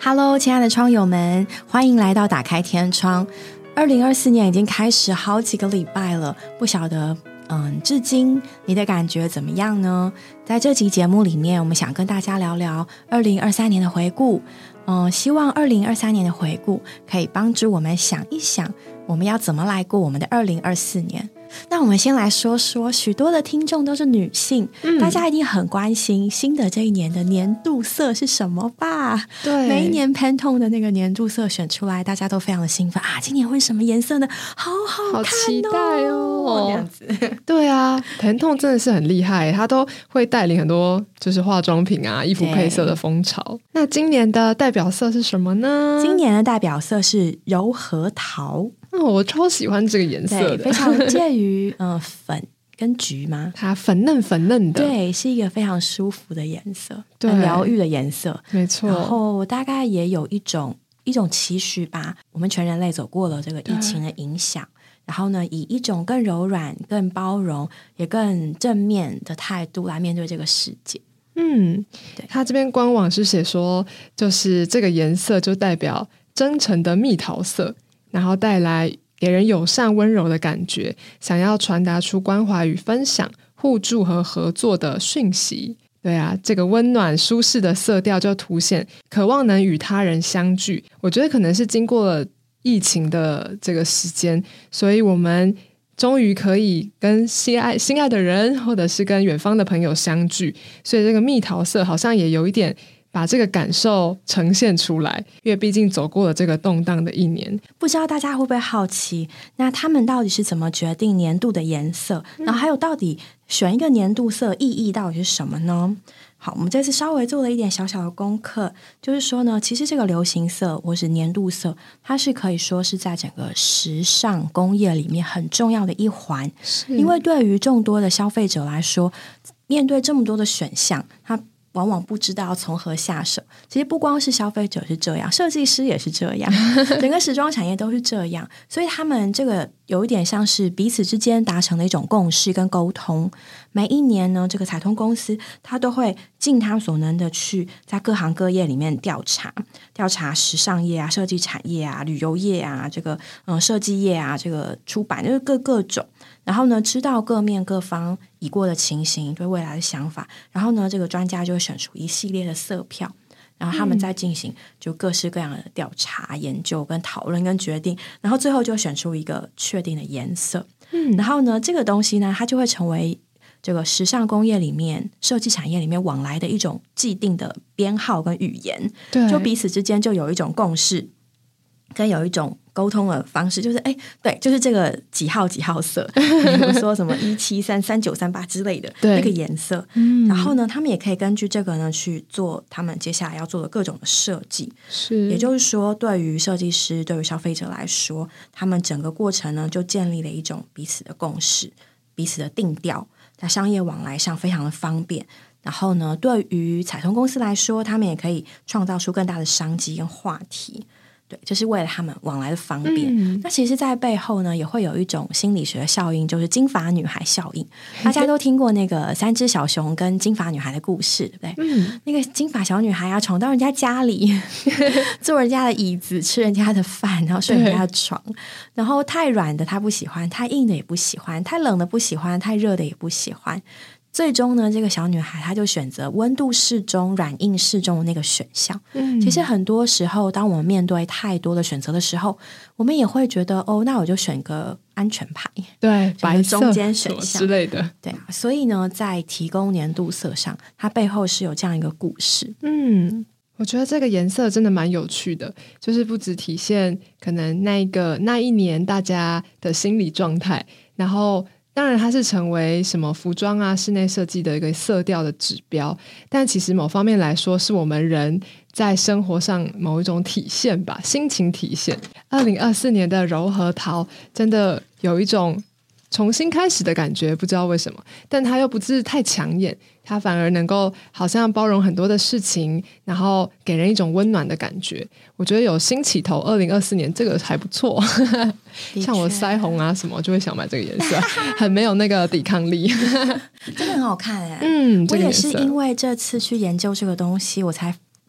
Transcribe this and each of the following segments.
Hello， 亲爱的窗友们，欢迎来到打开天窗。2024年已经开始好几个礼拜了，不晓得至今你的感觉怎么样呢？在这集节目里面，我们想跟大家聊聊2023年的回顾。希望2023年的回顾可以帮助我们想一想，我们要怎么来过我们的2024年。那我们先来说说，许多的听众都是女性，大家一定很关心新的这一年的年度色是什么吧？ 对， 每一年 Pantone 的那个年度色选出来，大家都非常的兴奋啊！今年会什么颜色呢？好好看哦， 好期待哦！ 这样子， 对啊，Pantone 真的是很厉害，他都会带领很多就是化妆品啊、衣服配色的风潮。那今年的代表色是什么呢？ 今年的代表色是柔和桃。 我超喜欢这个颜色的， 非常介于粉跟橘吗？ 它粉嫩粉嫩的， 对，是一个非常舒服的颜色， 对， 很疗愈的颜色， 没错。 然后大概也有一种期许吧，我们全人类走过了这个疫情的影响，然后呢，以一种更柔软、更包容、也更正面的态度来面对这个世界。对， 他这边官网是写说，就是这个颜色就代表真诚的蜜桃色，然后带来给人友善温柔的感觉，想要传达出关怀与分享、互助和合作的讯息。对啊，这个温暖舒适的色调就凸显渴望能与他人相聚。我觉得可能是经过了疫情的这个时间，所以我们终于可以跟心爱的人或者是跟远方的朋友相聚，所以这个蜜桃色好像也有一点把这个感受呈现出来，因为毕竟走过了这个动荡的一年。 不知道大家会不会好奇，那他们到底是怎么决定年度的颜色？然后还有到底选一个年度色意义到底是什么呢？好，我们这次稍微做了一点小小的功课，就是说呢，其实这个流行色或是年度色，它是可以说是在整个时尚工业里面很重要的一环，因为对于众多的消费者来说，面对这么多的选项，它往往不知道从何下手。其实不光是消费者是这样，设计师也是这样，整个时装产业都是这样，所以他们这个有一点像是彼此之间达成的一种共识跟沟通。每一年呢，这个彩通公司它都会尽他所能的去在各行各业里面调查时尚业啊、设计产业啊、旅游业啊、这个设计业啊、这个出版，就是各种。然后呢，知道各面各方已过的情形，对未来的想法，然后呢，这个专家就会选出一系列的色票，然后他们再进行就各式各样的调查、研究跟讨论跟决定，然后最后就选出一个确定的颜色。然后呢，这个东西呢，它就会成为这个时尚工业里面、设计产业里面往来的一种既定的编号跟语言，就彼此之间就有一种共识，跟有一种沟通的方式，就是对，就是这个几号几号色，比如说什么173、3938之类的那个颜色。然后呢，他们也可以根据这个呢去做他们接下来要做的各种的设计。也就是说，对于设计师、对于消费者来说，他们整个过程呢就建立了一种彼此的共识、彼此的定调，在商业往来上非常的方便。然后呢，对于彩通公司来说，他们也可以创造出更大的商机跟话题。对，就是为了他们往来的方便。那其实在背后呢，也会有一种心理学效应，就是金发女孩效应。大家都听过那个3只小熊跟金发女孩的故事，对不对？那个金发小女孩啊，闯到人家家里坐人家的椅子，吃人家的饭，然后睡人家的床，然后太软的她不喜欢，太硬的也不喜欢，太冷的不喜欢，太热的也不喜欢。最终呢，这个小女孩她就选择温度适中、软硬适中的那个选项。其实很多时候，当我们面对太多的选择的时候，我们也会觉得那我就选个安全牌， 对，白色中间选项之类的。 对啊，所以呢，在提供年度色上，它背后是有这样一个故事。 我觉得这个颜色真的蛮有趣的，就是不只体现可能那一年大家的心理状态，然后当然它是成为什么服装啊、室内设计的一个色调的指标，但其实某方面来说是我们人在生活上某一种体现吧，心情体现。2024年的柔和桃真的有一种重新开始的感觉，不知道为什么，但它又不是太抢眼，它反而能够好像包容很多的事情，然后给人一种温暖的感觉。我觉得有新起头2024年这个还不错像我腮红啊什么就会想买这个颜色很没有那个抵抗力真的很好看耶。 我也是因为这次去研究这个东西，我才比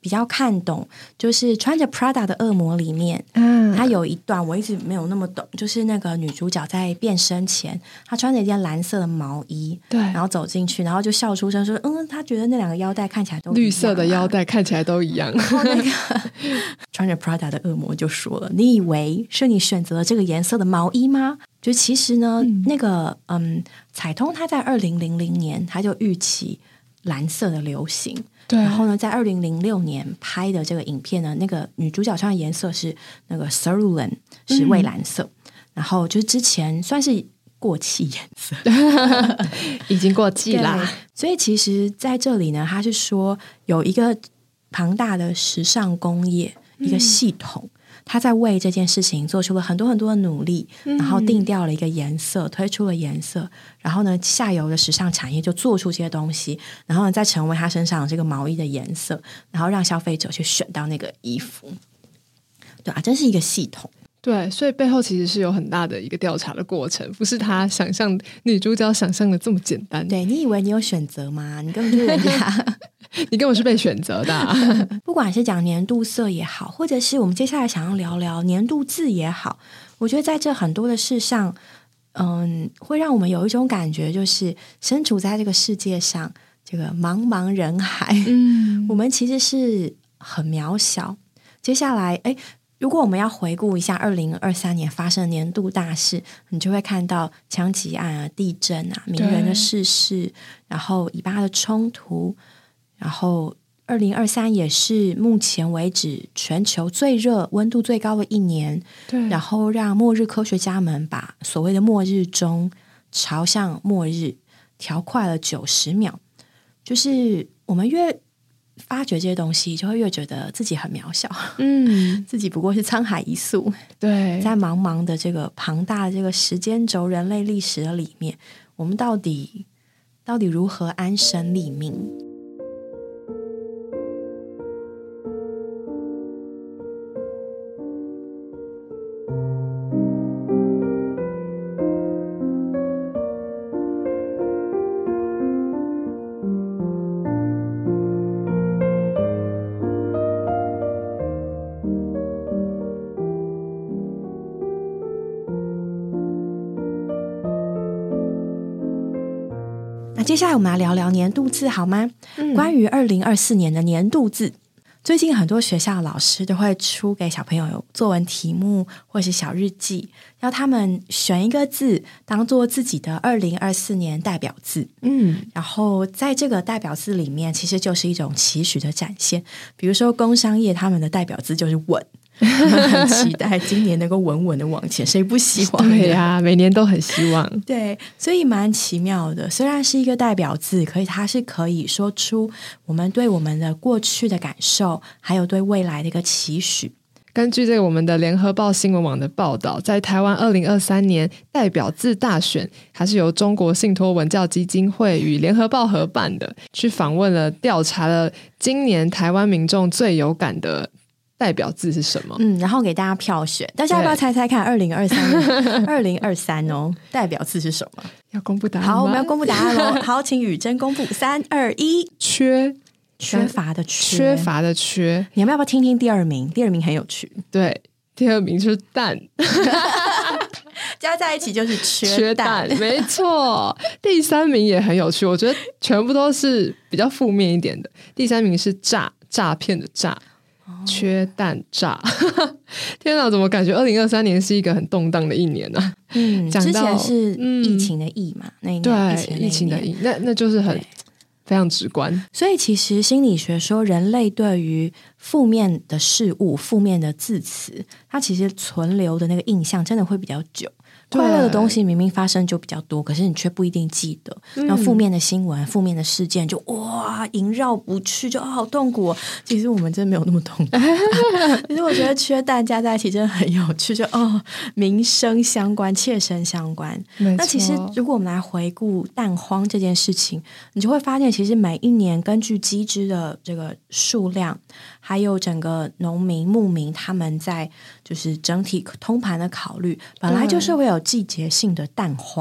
比较看懂，就是穿着 Prada 的恶魔里面，它有一段我一直没有那么懂，就是那个女主角在变身前，她穿着一件蓝色的毛衣， 对， 然后走进去，然后就笑出声说，她觉得那两个腰带看起来都一样绿色的腰带看起来都一样。 然后那个穿着 Prada 的恶魔就说了，你以为是你选择了这个颜色的毛衣吗？就其实呢，那个彩通他在2000年他就预期蓝色的流行， 对， 然后呢，在2006年拍的这个影片呢，那个女主角穿的颜色是那个 cerulean 是蔚蓝色，然后就是之前算是过气颜色， 已经过季啦。 所以其实在这里呢，他是说有一个庞大的时尚工业，一个系统。他在为这件事情做出了很多很多的努力，然后定调了一个颜色，推出了颜色，然后呢，下游的时尚产业就做出这些东西，然后呢，再成为他身上这个毛衣的颜色，然后让消费者去选到那个衣服。对啊，真是一个系统。 对，所以背后其实是有很大的一个调查的过程，不是他想象女主角想象的这么简单。 对，你以为你有选择吗？你根本就是人家你根本是被选择的啊。 不管是讲年度色也好，或者是我们接下来想要聊聊年度字也好，我觉得在这很多的事上，会让我们有一种感觉，就是身处在这个世界上，这个茫茫人海，我们其实是很渺小。接下来，如果我们要回顾一下2023年发生的年度大事，你就会看到枪击案啊、地震啊、名人的逝世，然后以巴的冲突，然后2023也是目前为止全球最热、温度最高的一年， 对， 然后让末日科学家们把所谓的末日钟朝向末日调快了90秒，就是我们越发掘这些东西，就会越觉得自己很渺小，自己不过是沧海一粟。 对， 在茫茫的这个庞大的这个时间轴、人类历史的里面，我们到底如何安身立命？接下来我们来聊聊年度字好吗？关于2024年的年度字，最近很多学校的老师都会出给小朋友有作文题目或是小日记，要他们选一个字当做自己的2024年代表字。然后在这个代表字里面，其实就是一种期许的展现。比如说工商业他们的代表字就是稳，很期待今年能够稳稳的往前，谁不希望？ 对呀，每年都很希望。 对，所以蛮奇妙的。虽然是一个代表字，可是它是可以说出我们对我们的过去的感受，还有对未来的一个期许。 根据这个我们的联合报新闻网的报道，在台湾2023年代表字大选，它是由中国信托文教基金会与联合报合办的，去访问了调查了今年台湾民众最有感的代表字是什么？ 然后给大家票选，大家要不要猜猜看2023哦，代表字是什么？ 要公布答案吗？ 好，我们要公布答案喽。好，请宇珍公布，3、2、1，缺乏的缺。你们要不要听听第二名？第二名很有趣。 对，第二名就是蛋， 加在一起就是缺蛋， 没错。第三名也很有趣，我觉得全部都是比较负面一点的。第三名是诈骗的诈。缺蛋诈天哪，怎么感觉2023年是一个很动荡的一年呢？ 之前是疫情的疫嘛，那一年对，疫情的疫，那就是很非常直观。 所以其实心理学说，人类对于负面的事物、负面的字词，它其实存留的那个印象真的会比较久。快乐的东西明明发生就比较多，可是你却不一定记得。然后负面的新闻、负面的事件就萦绕不去，就好痛苦哦。其实我们真的没有那么痛苦。其实我觉得缺蛋加在一起真的很有趣，就民生相关、切身相关。那其实如果我们来回顾蛋荒这件事情，你就会发现，其实每一年根据鸡只的这个数量，还有整个农民、牧民他们在就是整体通盘的考虑，本来就是会有季节性的蛋荒。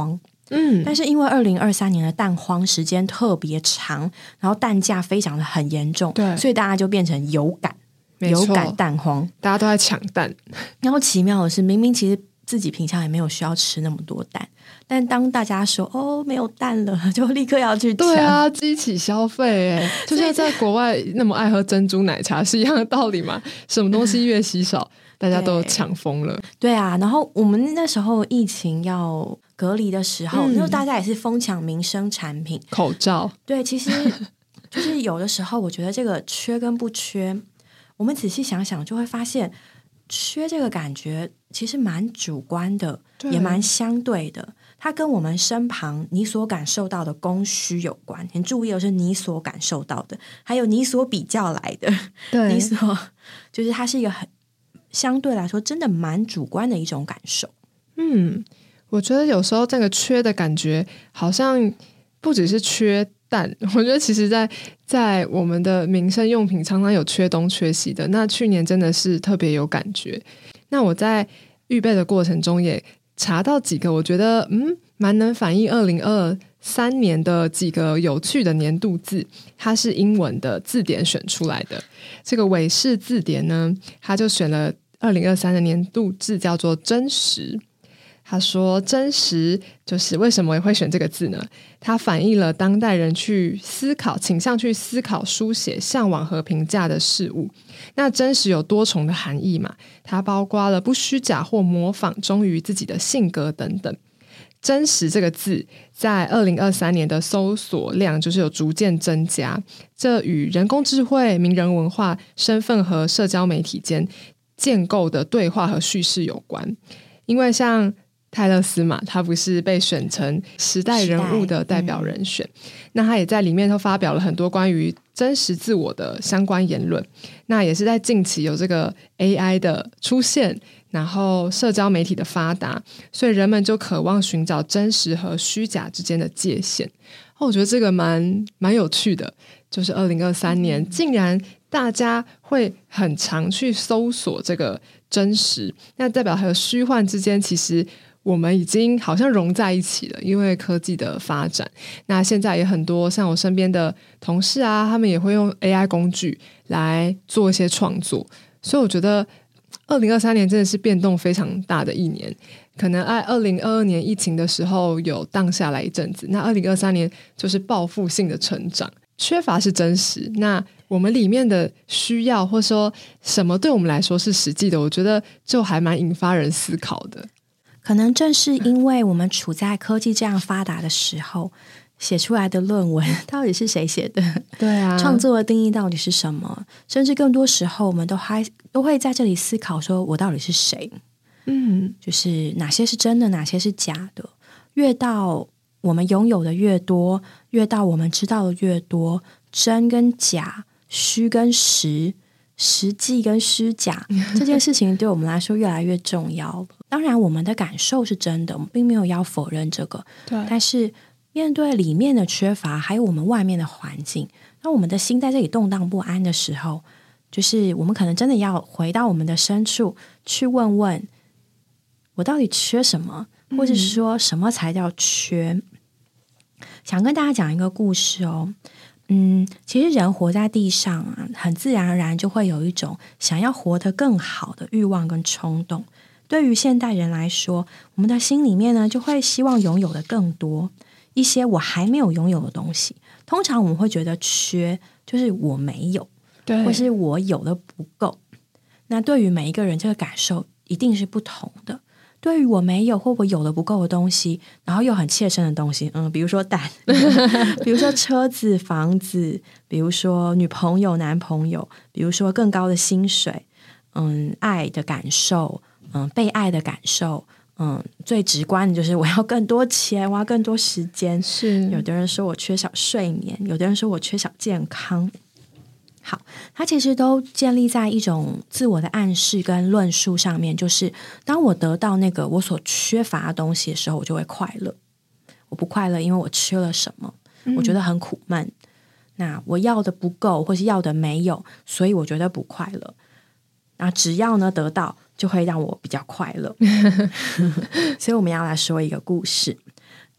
但是因为2023年的蛋荒时间特别长，然后蛋价非常的很严重， 对， 所以大家就变成有感蛋荒， 大家都在抢蛋。 然后奇妙的是，明明其实自己平常也没有需要吃那么多蛋，但当大家说没有蛋了，就立刻要去抢。 对啊，激起消费就像在国外那么爱喝珍珠奶茶是一样的道理嘛。什么东西越稀少大家都抢疯了。 对啊，然后我们那时候疫情要隔离的时候，因为大家也是疯抢民生产品， 口罩。 对，其实就是有的时候我觉得这个缺跟不缺，我们仔细想想就会发现，缺这个感觉其实蛮主观的，也蛮相对的。它跟我们身旁你所感受到的供需有关。你注意的是你所感受到的，还有你所比较来的， 对， 你所就是它是一个很相对来说真的蛮主观的一种感受。 我觉得有时候这个缺的感觉好像不只是缺蛋，我觉得其实在我们的民生用品常常有缺东缺西的。那去年真的是特别有感觉。那我在预备的过程中也查到几个我觉得蛮能反映2023年的几个有趣的年度字，它是英文的字典选出来的。这个韦氏字典呢，它就选了2023的年度字叫做真实。他说真实就是为什么会选这个字呢？它反映了当代人去思考，倾向去思考书写向往和评价的事物。那真实有多重的含义嘛，它包括了不虚假或模仿忠于自己的性格等等。真实这个字在2023年的搜索量就是有逐渐增加，这与人工智慧、名人文化、身份和社交媒体间建构的对话和叙事有关。因为像泰勒斯嘛，他不是被选成时代人物的代表人选，那他也在里面都发表了很多关于真实自我的相关言论。那也是在近期有这个 AI 的出现，然后社交媒体的发达，所以人们就渴望寻找真实和虚假之间的界限。我觉得这个蛮有趣的，就是2023年竟然大家会很常去搜索这个真实，那代表和虚幻之间其实我们已经好像融在一起了，因为科技的发展。那现在也很多像我身边的同事啊，他们也会用 AI 工具来做一些创作，所以我觉得2023年真的是变动非常大的一年。可能2022年疫情的时候有荡下来一阵子，那2023年就是报复性的成长。缺乏是真实，那我们里面的需要或说什么对我们来说是实际的，我觉得就还蛮引发人思考的。 可能正是因为我们处在科技这样发达的时候，写出来的论文到底是谁写的？ 对啊， 创作的定义到底是什么？甚至更多时候我们都会在这里思考说我到底是谁？就是哪些是真的，哪些是假的。越到我们拥有的越多，越到我们知道的越多，真跟假，虚跟实，实际跟虚假这件事情对我们来说越来越重要。当然我们的感受是真的，我们并没有要否认这个， 对， 但是面对里面的缺乏还有我们外面的环境，当我们的心在这里动荡不安的时候，就是我们可能真的要回到我们的深处去问问我到底缺什么，或者是说什么才叫缺。想跟大家讲一个故事哦。其实人活在地上啊，很自然而然就会有一种想要活得更好的欲望跟冲动。对于现代人来说，我们的心里面呢，就会希望拥有的更多一些我还没有拥有的东西。通常我们会觉得缺，就是我没有， 对， 或是我有的不够。那对于每一个人，这个感受一定是不同的。对于我没有或我有的不够的东西，然后又很切身的东西，比如说蛋，比如说车子、房子，比如说女朋友、男朋友，比如说更高的薪水，爱的感受，被爱的感受，最直观的就是我要更多钱，我要更多时间。 是有的人说我缺少睡眠，有的人说我缺少健康。好，它其实都建立在一种自我的暗示跟论述上面，就是当我得到那个我所缺乏的东西的时候，我就会快乐。我不快乐，因为我缺了什么，我觉得很苦闷。那我要的不够，或是要的没有，所以我觉得不快乐。那只要呢得到，就会让我比较快乐。所以我们要来说一个故事。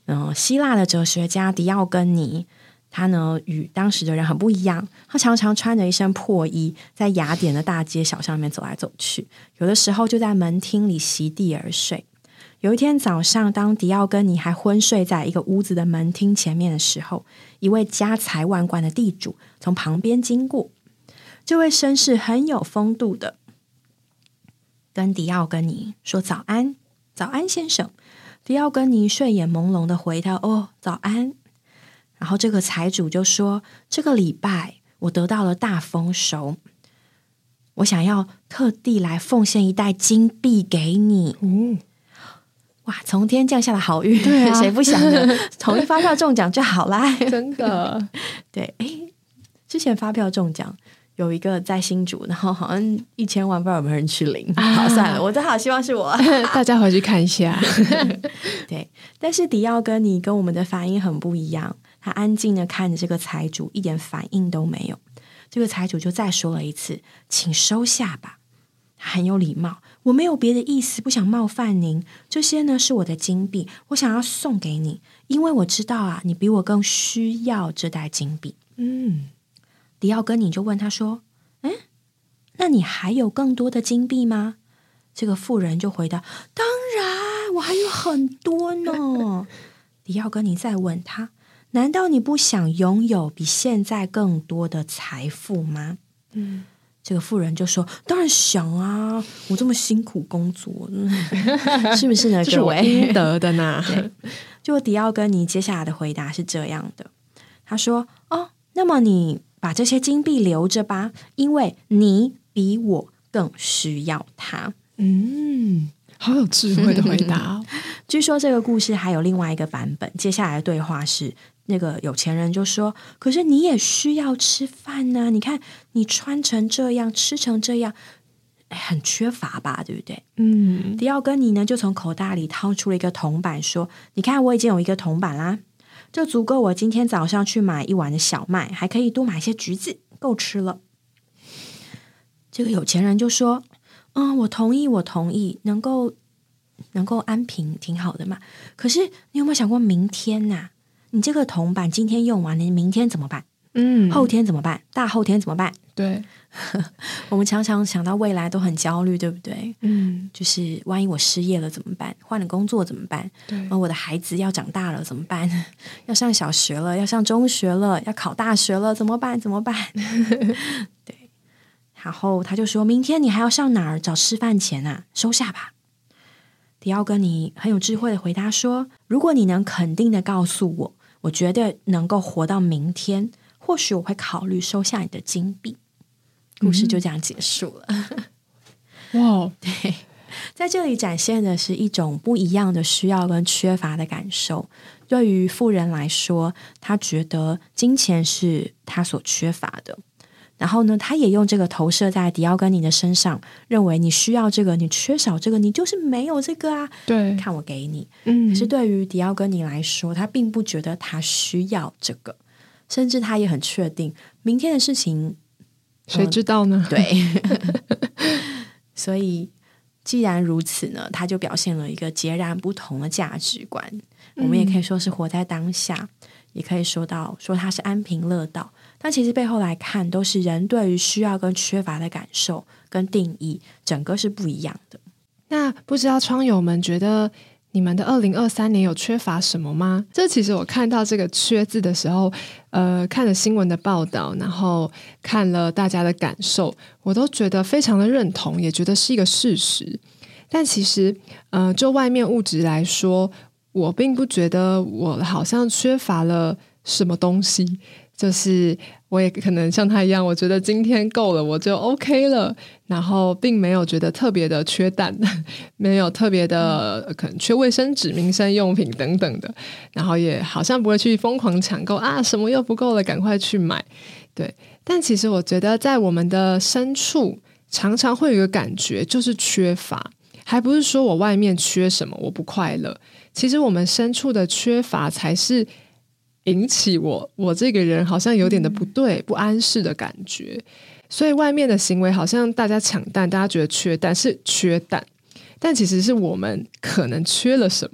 希腊的哲学家狄奥根尼，他呢与当时的人很不一样，他常常穿着一身破衣，在雅典的大街小巷里面走来走去，有的时候就在门厅里席地而睡。有一天早上，当狄奥根尼还昏睡在一个屋子的门厅前面的时候，一位家财万贯的地主从旁边经过。这位绅士很有风度的跟狄奥根尼说早安，早安先生。狄奥根尼睡眼朦胧的回道哦，早安。然后这个财主就说，这个礼拜我得到了大丰收，我想要特地来奉献一袋金币给你。哇，从天降下的好运， 对啊， 谁不想呢？统一发票中奖就好啦。 真的。 对，之前发票中奖有一个在新竹，然后好像1000万，不知道有没有人去领。好，算了，我都好希望是我。 大家回去看一下。 对，但是狄奥根尼跟我们的反应很不一样，他安静的看着这个财主，一点反应都没有。这个财主就再说了一次，请收下吧。他很有礼貌，我没有别的意思，不想冒犯您。这些呢是我的金币，我想要送给你，因为我知道啊，你比我更需要这袋金币。狄奥根尼就问他说，那你还有更多的金币吗？这个妇人就回答，当然，我还有很多呢。狄奥根尼再问他，难道你不想拥有比现在更多的财富吗？这个妇人就说，当然想啊，我这么辛苦工作。是不是呢？ 这是我应得的呢。 就狄奥根尼接下来的回答是这样的，他说，那么你把这些金币留着吧，因为你比我更需要它。 好有智慧的回答。 据说这个故事还有另外一个版本，接下来的对话是，那个有钱人就说，可是你也需要吃饭呢，你看你穿成这样，吃成这样，很缺乏吧，对不对？狄奥根尼呢就从口袋里掏出了一个铜板，说，你看我已经有一个铜板啦，这足够我今天早上去买1碗的小麦，还可以多买些橘子，够吃了。这个有钱人就说，我同意，能够安平挺好的嘛。可是你有没有想过明天啊？你这个铜板今天用完，你明天怎么办？后天怎么办？大后天怎么办？ 对。 我们常常想到未来都很焦虑，对不对？就是万一我失业了怎么办？换了工作怎么办？ 对， 我的孩子要长大了怎么办？要上小学了，要上中学了，要考大学了，怎么办？对。然后他就说，明天你还要上哪儿找吃饭钱啊？收下吧。狄奥根尼很有智慧的回答说，如果你能肯定的告诉我，我绝对能够活到明天，或许我会考虑收下你的金币。故事就这样结束了。 哇， 对，在这里展现的是一种不一样的需要跟缺乏的感受。对于富人来说，他觉得金钱是他所缺乏的，然后呢，他也用这个投射在狄奥根尼的身上，认为你需要这个，你缺少这个，你就是没有这个啊。 对， 看我给你。可是对于狄奥根尼来说，他并不觉得他需要这个，甚至他也很确定明天的事情， 谁知道呢？ 对。所以既然如此呢，他就表现了一个截然不同的价值观。我们也可以说是活在当下，也可以说他是安贫乐道。但其实背后来看，都是人对于需要跟缺乏的感受跟定义，整个是不一样的。 那不知道窗友们觉得你们的2023年有缺乏什么吗？这其实我看到这个缺字的时候，看了新闻的报道，然后看了大家的感受，我都觉得非常的认同，也觉得是一个事实。但其实就外面物质来说，我并不觉得我好像缺乏了什么东西，就是我也可能像他一样，我觉得今天够了我就 OK 了，然后并没有觉得特别的缺蛋，没有特别的可能缺卫生纸、民生用品等等的，然后也好像不会去疯狂抢购啊，什么又不够了赶快去买。对，但其实我觉得在我们的深处常常会有一个感觉，就是缺乏，还不是说我外面缺什么我不快乐，其实我们深处的缺乏才是引起我这个人好像有点的不对、不安适的感觉。所以外面的行为好像大家抢蛋，大家觉得缺蛋是缺蛋，但其实是我们可能缺了什么，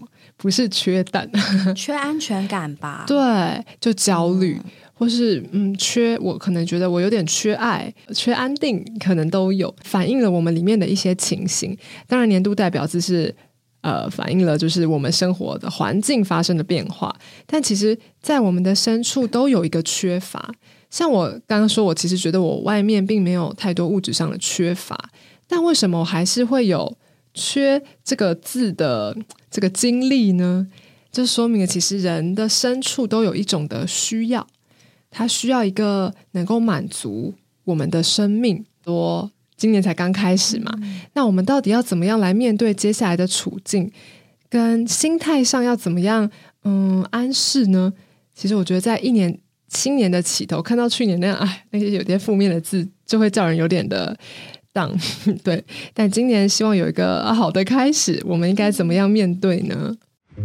不是缺蛋缺安全感吧。 对，就焦虑，或是我可能觉得我有点缺爱、缺安定，可能都有，反映了我们里面的一些情形。当然年度代表字是反映了就是我们生活的环境发生的变化，但其实在我们的深处都有一个缺乏。像我刚刚说，我其实觉得我外面并没有太多物质上的缺乏，但为什么我还是会有缺这个字的这个经历呢？就说明了其实人的深处都有一种的需要，他需要一个能够满足我们的生命。多今年才刚开始嘛，那我们到底要怎么样来面对接下来的处境，跟心态上要怎么样安适呢？其实我觉得在新年的起头，看到去年那样那些有点负面的字，就会叫人有点的down对，但今年希望有一个好的开始，我们应该怎么样面对呢？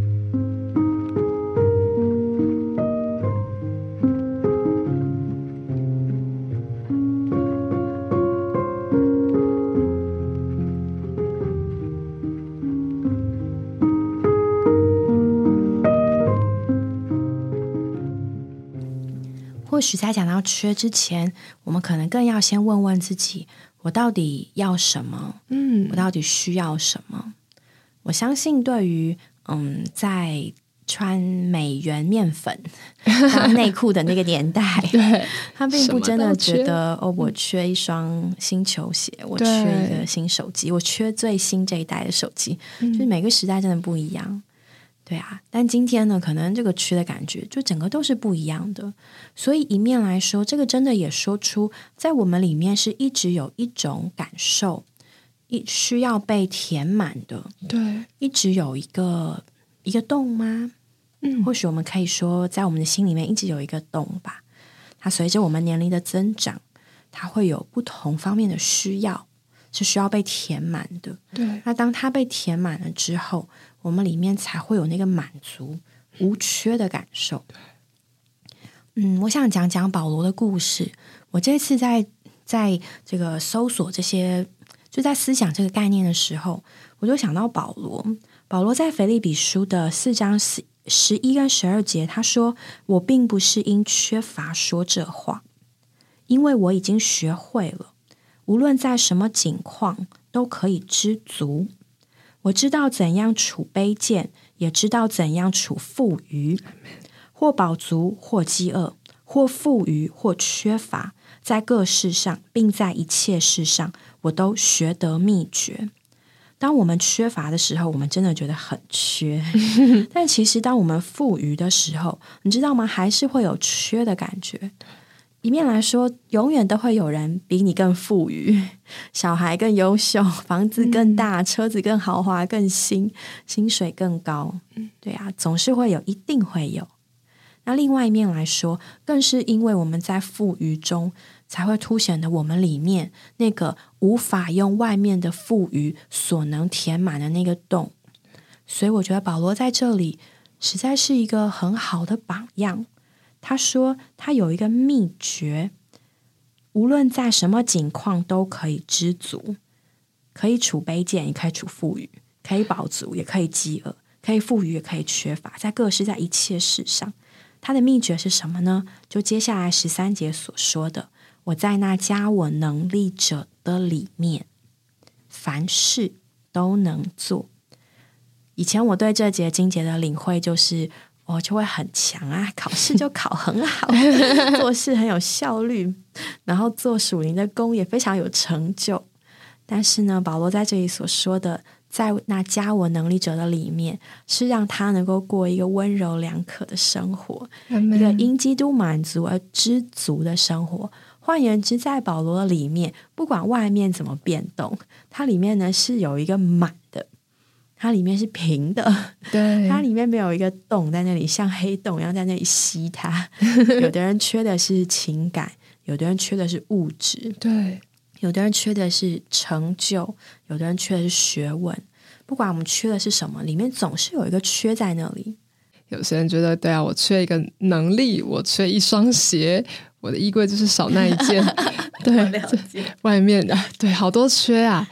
或许在讲到缺之前，我们可能更要先问问自己，我到底要什么？我到底需要什么？我相信对于在穿美元面粉当内裤的那个年代对， 他并不真的觉得我缺一双新球鞋，我缺一个新手机，我缺最新这一代的手机，就是每个时代真的不一样。对啊，但今天呢，可能这个缺的感觉就整个都是不一样的。所以一面来说，这个真的也说出在我们里面是一直有一种感受需要被填满的。 对， 一直有一个洞吗？或许我们可以说在我们的心里面一直有一个洞吧。它随着我们年龄的增长，它会有不同方面的需要是需要被填满的。 对， 那当它被填满了之后，我们里面才会有那个满足无缺的感受。我想讲讲保罗的故事。我这次在这个搜索这些，就在思想这个概念的时候，我就想到保罗在腓立比书的4章11跟12节，他说：我并不是因缺乏说这话，因为我已经学会了，无论在什么境况都可以知足。我知道怎样处卑贱，也知道怎样处富余，或饱足，或饥饿，或富余，或缺乏，在各事上，并在一切事上，我都学得秘诀。当我们缺乏的时候，我们真的觉得很缺但其实当我们富余的时候，你知道吗？还是会有缺的感觉。一面来说，永远都会有人比你更富裕，小孩更优秀，房子更大，车子更豪华更新，薪水更高。对啊，总是会有，一定会有。那另外一面来说，更是因为我们在富裕中才会凸显的我们里面那个无法用外面的富裕所能填满的那个洞。所以我觉得保罗在这里实在是一个很好的榜样。他说他有一个秘诀，无论在什么境况都可以知足，可以处卑贱，也可以处富裕，可以饱足，也可以饥饿，可以富裕，也可以缺乏，在各事，在一切事上。他的秘诀是什么呢？就接下来13节所说的，我在那加我能力者的里面，凡事都能做。以前我对这节经节的领会就是我就会很强啊，考试就考很好做事很有效率，然后做属灵的工也非常有成就。但是呢，保罗在这里所说的在那加我能力者的里面，是让他能够过一个温柔良可的生活，一个因基督满足而知足的生活。换言之，在保罗的里面，不管外面怎么变动，它里面呢是有一个满的，它里面是平的， 对， 它里面没有一个洞在那里像黑洞一样在那里吸它。有的人缺的是情感，有的人缺的是物质， 对， 有的人缺的是成就，有的人缺的是学问。不管我们缺的是什么，里面总是有一个缺在那里。 有些人觉得对啊，我缺一个能力，我缺一双鞋，我的衣柜就是少那一件对，外面的对好多缺啊。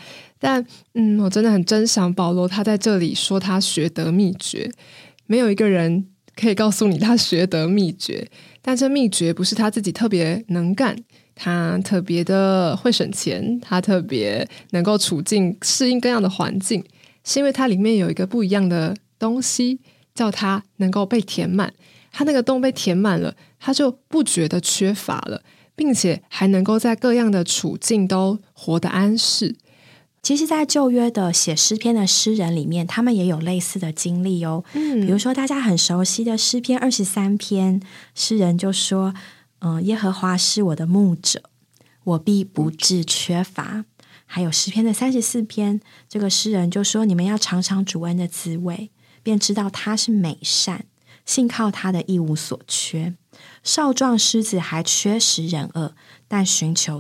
但我真的很珍赏保罗，他在这里说他学得秘诀，没有一个人可以告诉你他学得秘诀，但这秘诀不是他自己特别能干，他特别的会省钱，他特别能够适应各样的环境，是因为它里面有一个不一样的东西，叫它能够被填满。它那个洞被填满了，他就不觉得缺乏了，并且还能够在各样的处境都活得安适。 其实在旧约的写诗篇的诗人里面，他们也有类似的经历哦。比如说大家很熟悉的诗篇23篇，诗人就说耶和华是我的牧者，我必不致缺乏。还有诗篇的34篇，这个诗人就说你们要尝尝主恩的滋味，便知道他是美善，信靠他的一无所缺。少壮狮子还缺食忍饿，但寻求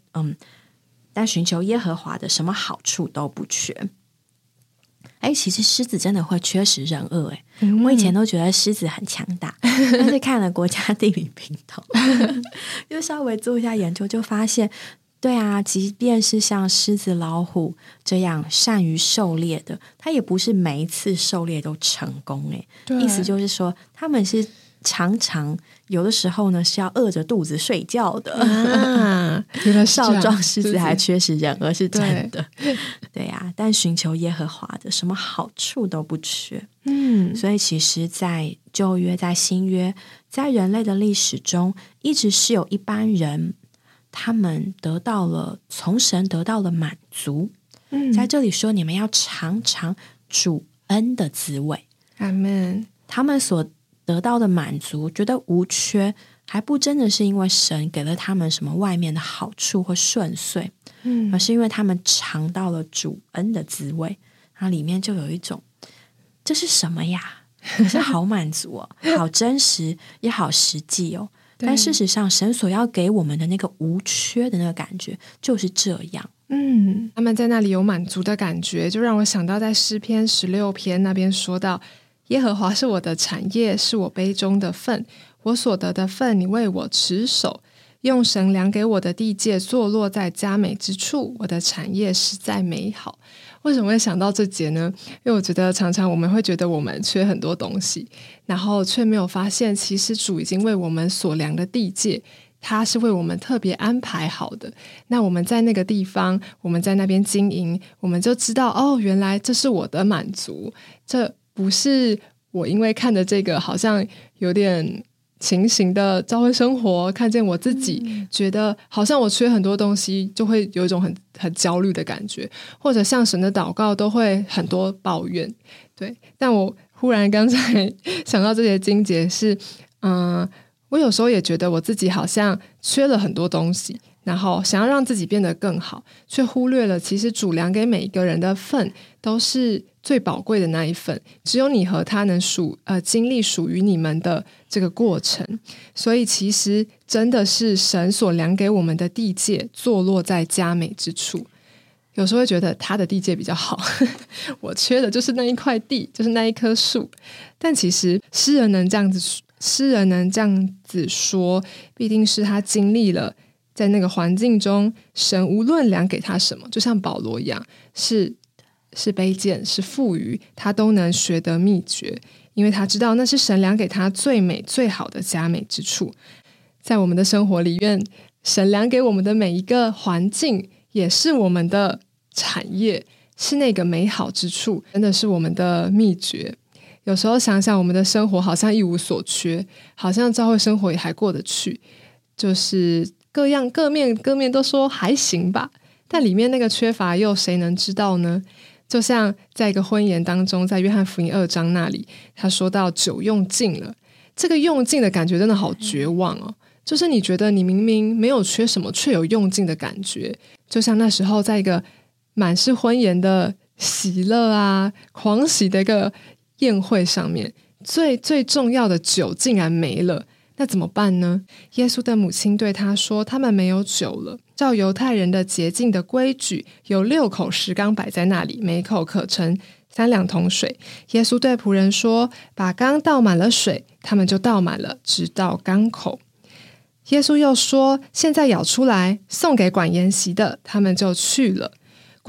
耶和华的，什么好处都不缺。其实狮子真的会缺食忍饿。我以前都觉得狮子很强大，但是看了国家地理频道就稍微做一下研究，就发现对啊，即便是像狮子老虎这样善于狩猎的，它也不是每一次狩猎都成功。意思就是说他们是常常有的时候呢是要饿着肚子睡觉的。少壮狮子还缺食忍饿是真的。对啊，但寻求耶和华的，什么好处都不缺。所以其实在旧约在新约在人类的历史中，一直是有一般人他们从神得到了满足。在这里说你们要尝尝主恩的滋味。 阿们。 他们所得到的满足觉得无缺，还不真的是因为神给了他们什么外面的好处或顺遂，而是因为他们尝到了主恩的滋味。它里面就有一种这是什么呀，是好满足哦，好真实也好实际哦。但事实上神所要给我们的那个无缺的那个感觉就是这样。 他们在那里有满足的感觉，就让我想到在诗篇16篇那边说到，耶和华是我的产业，是我杯中的份，我所得的份你为我持守，用神量给我的地界坐落在佳美之处，我的产业实在美好。为什么会想到这节呢？因为我觉得常常我们会觉得我们缺很多东西，然后却没有发现其实主已经为我们所量的地界，他是为我们特别安排好的。那我们在那个地方，我们在那边经营，我们就知道原来这是我的满足，这不是我因为看着这个好像有点情形的教会生活，看见我自己觉得好像我缺很多东西，就会有一种很焦虑的感觉，或者向神的祷告都会很多抱怨。对，但我忽然刚才想到这些经节是我有时候也觉得我自己好像缺了很多东西，然后想要让自己变得更好，却忽略了其实主量给每一个人的份都是最宝贵的那一份，只有你和他能经历属于你们的这个过程。所以其实真的是神所量给我们的地界坐落在佳美之处。有时候会觉得他的地界比较好我缺的就是那一块地，就是那一棵树。但其实诗人能这样子说，必定是他经历了在那个环境中，神无论量给他什么，就像保罗一样，是卑贱是富余，他都能学得秘诀，因为他知道那是神量给他最美最好的佳美之处。在我们的生活里面，神量给我们的每一个环境也是我们的产业，是那个美好之处，真的是我们的秘诀。有时候想想我们的生活好像一无所缺，好像教会生活也还过得去，就是各面都说还行吧，但里面那个缺乏又谁能知道呢？就像在一个婚宴当中，在约翰福音2章那里，他说到酒用尽了，这个用尽的感觉真的好绝望哦。就是你觉得你明明没有缺什么，却有用尽的感觉，就像那时候在一个满是婚宴的喜乐啊狂喜的一个宴会上面，最重要的酒竟然没了，那怎么办呢？耶稣的母亲对他说，他们没有酒了。照犹太人的洁净的规矩，有6口石缸摆在那里，每口可盛3两桶水。耶稣对仆人说，把缸倒满了水，他们就倒满了，直到缸口。耶稣又说，现在舀出来送给管筵席的，他们就去了。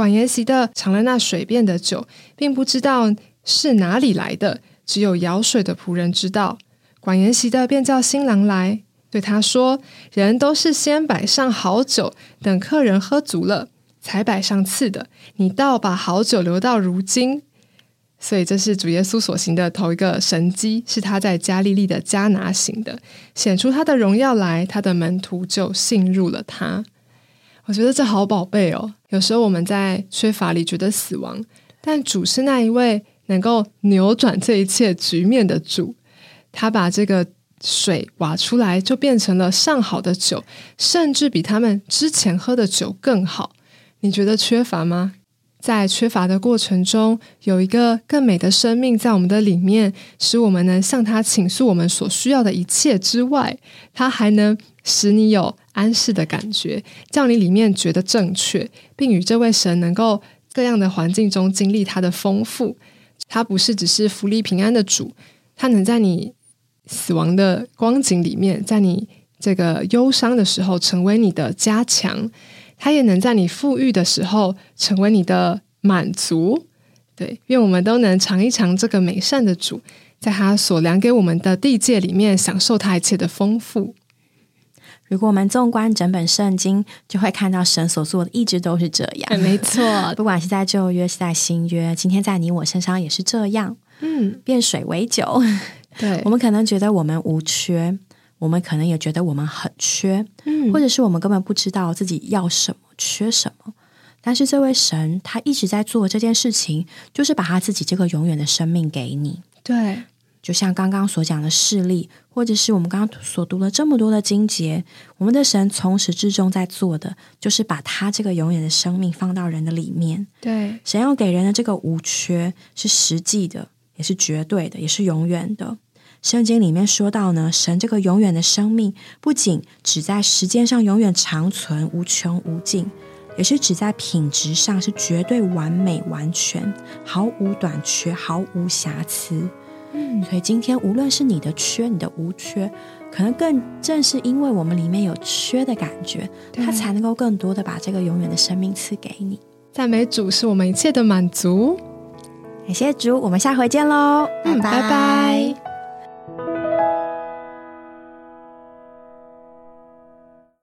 管筵席的尝了那水变的酒，并不知道是哪里来的，只有舀水的仆人知道。管筵席的便叫新郎来，对他说：人都是先摆上好酒，等客人喝足了才摆上次的，你倒把好酒留到如今。所以这是主耶稣所行的头一个神迹，是他在加利利的迦拿行的，显出他的荣耀来，他的门徒就信入了他。我觉得这好宝贝哦。有时候我们在缺乏里觉得死亡，但主是那一位能够扭转这一切局面的主，他把这个水挖出来，就变成了上好的酒，甚至比他们之前喝的酒更好。你觉得缺乏吗？在缺乏的过程中，有一个更美的生命在我们的里面，使我们能向他倾诉我们所需要的一切之外，他还能使你有安适的感觉，叫你里面觉得正确，并与这位神能够各样的环境中经历他的丰富。他不是只是福利平安的主，他能在你死亡的光景里面，在你这个忧伤的时候成为你的加强，他也能在你富裕的时候成为你的满足。对，愿我们都能尝一尝这个美善的主，在他所量给我们的地界里面享受他一切的丰富。 如果我们纵观整本圣经，就会看到神所做的一直都是这样。 没错， 不管是在旧约是在新约，今天在你我身上也是这样。变水为酒。 对， 我们可能觉得我们无缺，我们可能也觉得我们很缺，或者是我们根本不知道自己要什么缺什么。但是这位神他一直在做这件事情，就是把他自己这个永远的生命给你。 对， 就像刚刚所讲的事例，或者是我们刚刚所读了这么多的经节，我们的神从始至终在做的就是把他这个永远的生命放到人的里面。 对， 神要给人的这个无缺是实际的，也是绝对的，也是永远的。圣经里面说到呢，神这个永远的生命不仅只在时间上永远长存无穷无尽，也是指在品质上是绝对完美完全，毫无短缺，毫无瑕疵。所以今天无论是你的缺你的无缺，可能更正是因为我们里面有缺的感觉，他才能够更多的把这个永远的生命赐给你。 赞美主是我们一切的满足。 感谢主，我们下回见咯。 拜拜。